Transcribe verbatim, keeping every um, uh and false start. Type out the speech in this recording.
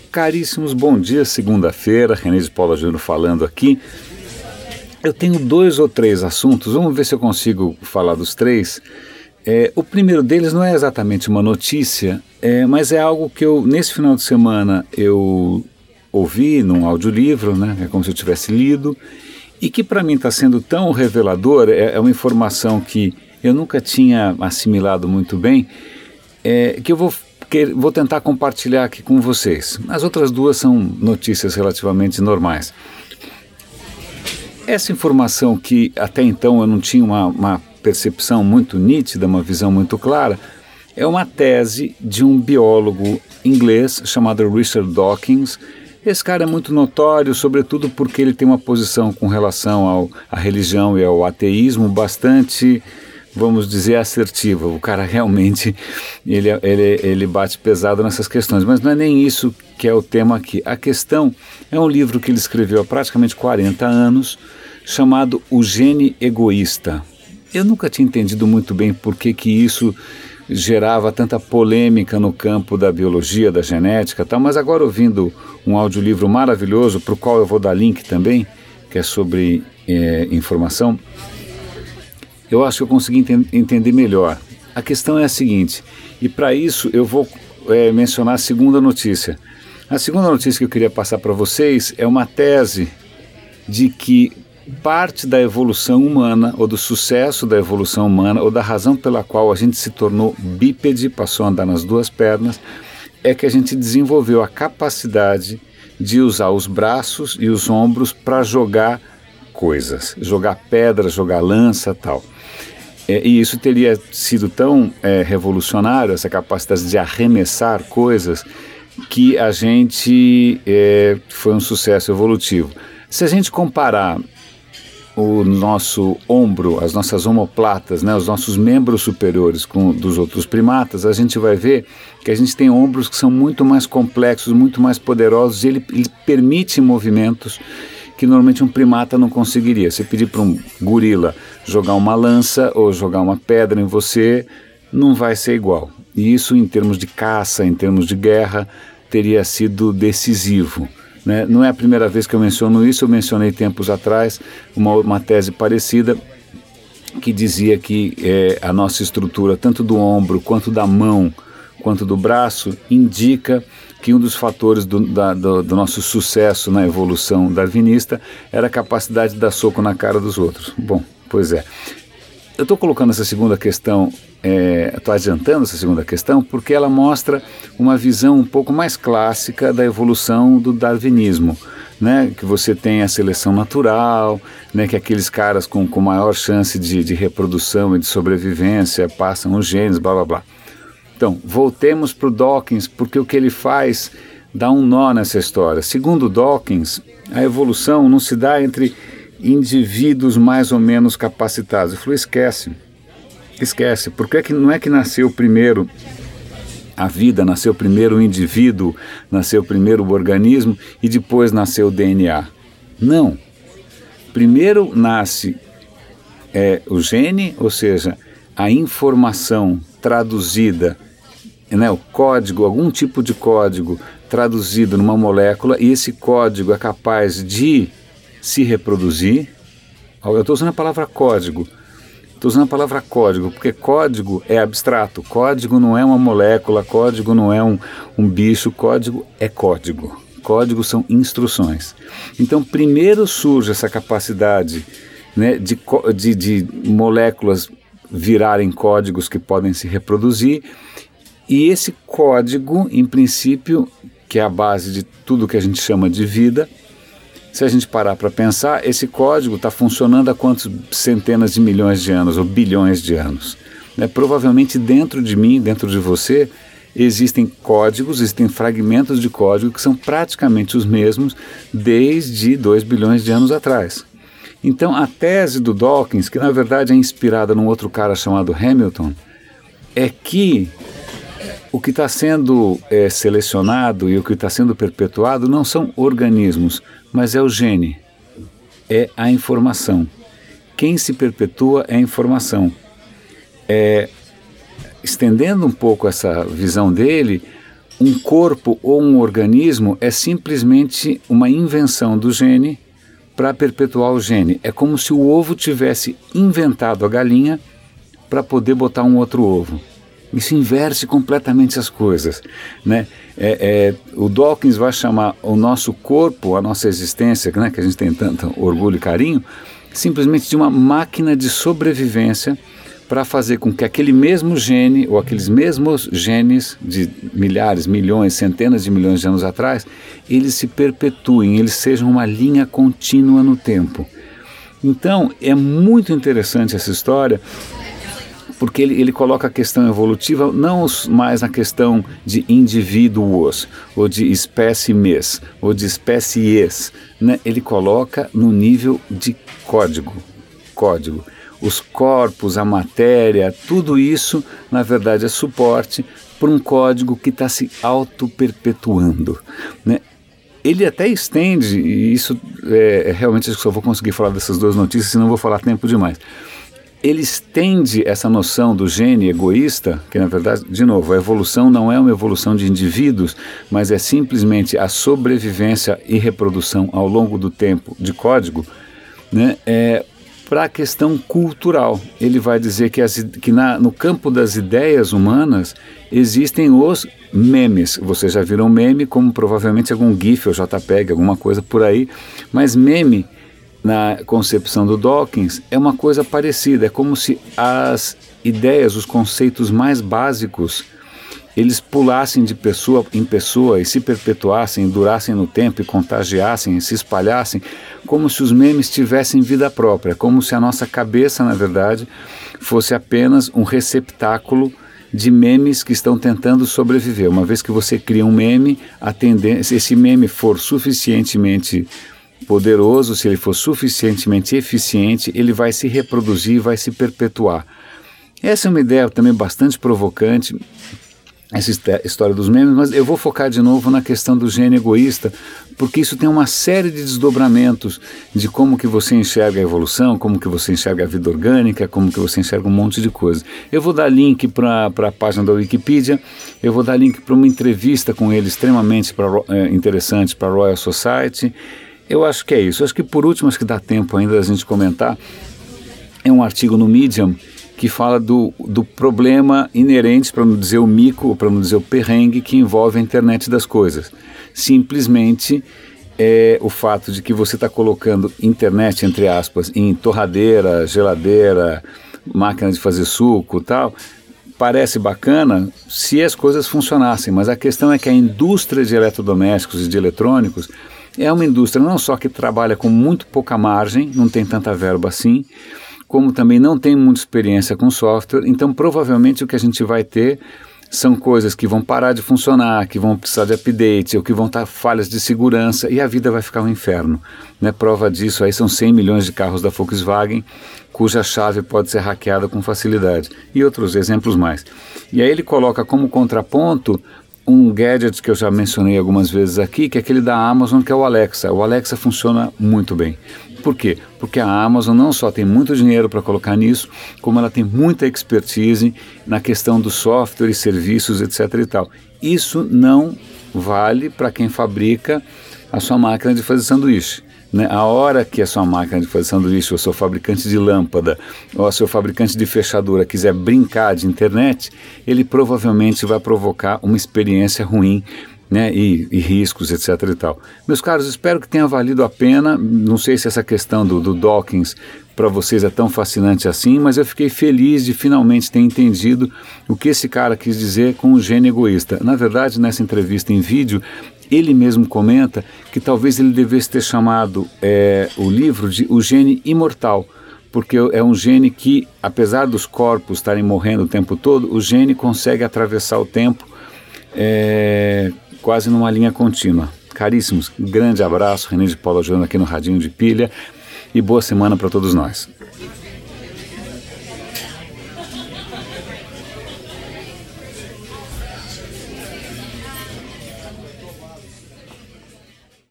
Caríssimos, bom dia, segunda-feira, René de Paula Júnior falando aqui. Eu tenho dois ou três assuntos, vamos ver se eu consigo falar dos três. É, o primeiro deles não é exatamente uma notícia, é, mas é algo que eu, nesse final de semana, eu ouvi num audiolivro, né, é como se eu tivesse lido, e que para mim está sendo tão revelador, é, é uma informação que eu nunca tinha assimilado muito bem, é, que eu vou... que vou tentar compartilhar aqui com vocês. As outras duas são notícias relativamente normais. Essa informação que até então eu não tinha uma, uma percepção muito nítida, uma visão muito clara, é uma tese de um biólogo inglês chamado Richard Dawkins. Esse cara é muito notório, sobretudo porque ele tem uma posição com relação ao, à religião e ao ateísmo bastante, vamos dizer, assertiva. O cara realmente, ele, ele, ele bate pesado nessas questões, mas não é nem isso que é o tema aqui. A questão é um livro que ele escreveu há praticamente quarenta anos, chamado O Gene Egoísta. Eu nunca tinha entendido muito bem por que que isso gerava tanta polêmica no campo da biologia, da genética e tal, mas agora ouvindo um audiolivro maravilhoso, para o qual eu vou dar link também, que é sobre é, informação, eu acho que eu consegui enten- entender melhor. A questão é a seguinte, e para isso eu vou é, mencionar a segunda notícia. A segunda notícia que eu queria passar para vocês é uma tese de que parte da evolução humana, ou do sucesso da evolução humana, ou da razão pela qual a gente se tornou bípede, passou a andar nas duas pernas, é que a gente desenvolveu a capacidade de usar os braços e os ombros para jogar coisas, jogar pedra, jogar lança, tal. É, e isso teria sido tão é, revolucionário, essa capacidade de arremessar coisas, que a gente é, foi um sucesso evolutivo. Se a gente comparar o nosso ombro, as nossas omoplatas, né, os nossos membros superiores com dos outros primatas, a gente vai ver que a gente tem ombros que são muito mais complexos, muito mais poderosos, e ele, ele permite movimentos que normalmente um primata não conseguiria. Se pedir para um gorila jogar uma lança ou jogar uma pedra em você, não vai ser igual. E isso, em termos de caça, em termos de guerra, teria sido decisivo. Né? Não é a primeira vez que eu menciono isso, eu mencionei tempos atrás uma, uma tese parecida que dizia que é, a nossa estrutura, tanto do ombro, quanto da mão, quanto do braço, indica que um dos fatores do, da, do, do nosso sucesso na evolução darwinista era a capacidade de dar soco na cara dos outros. Bom, pois é. Eu estou colocando essa segunda questão, estou é, adiantando essa segunda questão, porque ela mostra uma visão um pouco mais clássica da evolução do darwinismo, né? Que você tem a seleção natural, né? Que aqueles caras com, com maior chance de, de reprodução e de sobrevivência passam os genes, blá blá blá. Então, voltemos para o Dawkins, porque o que ele faz dá um nó nessa história. Segundo Dawkins, a evolução não se dá entre indivíduos mais ou menos capacitados. Ele falou, esquece, esquece, porque é que não é que nasceu primeiro a vida, nasceu primeiro o indivíduo, nasceu primeiro o organismo e depois nasceu o D N A. Não, primeiro nasce é, o gene, ou seja, a informação traduzida, né, o código, algum tipo de código traduzido numa molécula, e esse código é capaz de se reproduzir. Eu estou usando a palavra código, estou usando a palavra código, porque código é abstrato, código não é uma molécula, código não é um, um bicho, código é código, código são instruções. Então primeiro surge essa capacidade, né, de, de, de moléculas virarem códigos que podem se reproduzir, e esse código, em princípio, que é a base de tudo que a gente chama de vida, se a gente parar para pensar, esse código está funcionando há quantos centenas de milhões de anos, ou bilhões de anos. Né? Provavelmente dentro de mim, dentro de você, existem códigos, existem fragmentos de código que são praticamente os mesmos desde dois bilhões de anos atrás. Então a tese do Dawkins, que na verdade é inspirada num outro cara chamado Hamilton, é que o que está sendo é, selecionado e o que está sendo perpetuado não são organismos, mas é o gene, é a informação. Quem se perpetua é a informação. É, estendendo um pouco essa visão dele, um corpo ou um organismo é simplesmente uma invenção do gene para perpetuar o gene. É como se o ovo tivesse inventado a galinha para poder botar um outro ovo. Isso inverte completamente as coisas, né? É, é, o Dawkins vai chamar o nosso corpo, a nossa existência, né, que a gente tem tanto orgulho e carinho, simplesmente de uma máquina de sobrevivência para fazer com que aquele mesmo gene, ou aqueles mesmos genes de milhares, milhões, centenas de milhões de anos atrás, eles se perpetuem, eles sejam uma linha contínua no tempo. Então, é muito interessante essa história, porque ele, ele coloca a questão evolutiva não mais na questão de indivíduos, ou de espécimes, ou de espécies, né? Ele coloca no nível de código, código. Os corpos, a matéria, tudo isso, na verdade, é suporte para um código que está se auto-perpetuando, né? Ele até estende, e isso é, realmente acho que só vou conseguir falar dessas duas notícias, senão vou falar tempo demais. Ele estende essa noção do gene egoísta, que na verdade, de novo, a evolução não é uma evolução de indivíduos, mas é simplesmente a sobrevivência e reprodução ao longo do tempo de código, né, é, para a questão cultural. Ele vai dizer que, as, que na, no campo das ideias humanas existem os memes. Vocês já viram meme como provavelmente algum GIF ou JPEG, alguma coisa por aí, mas meme, na concepção do Dawkins, é uma coisa parecida. É como se as ideias, os conceitos mais básicos, eles pulassem de pessoa em pessoa e se perpetuassem, durassem no tempo e contagiassem, e se espalhassem, como se os memes tivessem vida própria, como se a nossa cabeça, na verdade, fosse apenas um receptáculo de memes que estão tentando sobreviver. Uma vez que você cria um meme, a tendência, se esse meme for suficientemente poderoso, se ele for suficientemente eficiente, ele vai se reproduzir, vai se perpetuar. Essa é uma ideia também bastante provocante, essa história dos memes, mas eu vou focar de novo na questão do gene egoísta, porque isso tem uma série de desdobramentos de como que você enxerga a evolução, como que você enxerga a vida orgânica, como que você enxerga um monte de coisa. Eu vou dar link para a página da Wikipedia, eu vou dar link para uma entrevista com ele extremamente pra, é, interessante para a Royal Society. Eu acho que é isso. Eu acho que por último, acho que dá tempo ainda da gente comentar, é um artigo no Medium que fala do, do problema inerente, para não dizer o mico, ou para não dizer o perrengue, que envolve a internet das coisas. Simplesmente é o fato de que você está colocando internet, entre aspas, em torradeira, geladeira, máquina de fazer suco e tal. Parece bacana se as coisas funcionassem, mas a questão é que a indústria de eletrodomésticos e de eletrônicos é uma indústria não só que trabalha com muito pouca margem, não tem tanta verba assim, como também não tem muita experiência com software, então provavelmente o que a gente vai ter são coisas que vão parar de funcionar, que vão precisar de update, ou que vão estar falhas de segurança, e a vida vai ficar um inferno, né? Prova disso aí são cem milhões de carros da Volkswagen, cuja chave pode ser hackeada com facilidade, e outros exemplos mais. E aí ele coloca como contraponto um gadget que eu já mencionei algumas vezes aqui, que é aquele da Amazon, que é o Alexa. O Alexa funciona muito bem. Por quê? Porque a Amazon não só tem muito dinheiro para colocar nisso, como ela tem muita expertise na questão do software e serviços, etc e tal. Isso não vale para quem fabrica a sua máquina de fazer sanduíche, né? A hora que a sua máquina de fazer sanduíche, ou seu fabricante de lâmpada, ou o seu fabricante de fechadura quiser brincar de internet, ele provavelmente vai provocar uma experiência ruim, né, e, e riscos, etc e tal. Meus caros, espero que tenha valido a pena. Não sei se essa questão do, do Dawkins para vocês é tão fascinante assim, mas eu fiquei feliz de finalmente ter entendido o que esse cara quis dizer com o gene egoísta. Na verdade, nessa entrevista em vídeo, ele mesmo comenta que talvez ele devesse ter chamado é, o livro de O Gene Imortal, porque é um gene que, apesar dos corpos estarem morrendo o tempo todo, o gene consegue atravessar o tempo é, quase numa linha contínua. Caríssimos, grande abraço, René de Paula Joana aqui no Radinho de Pilha, e boa semana para todos nós.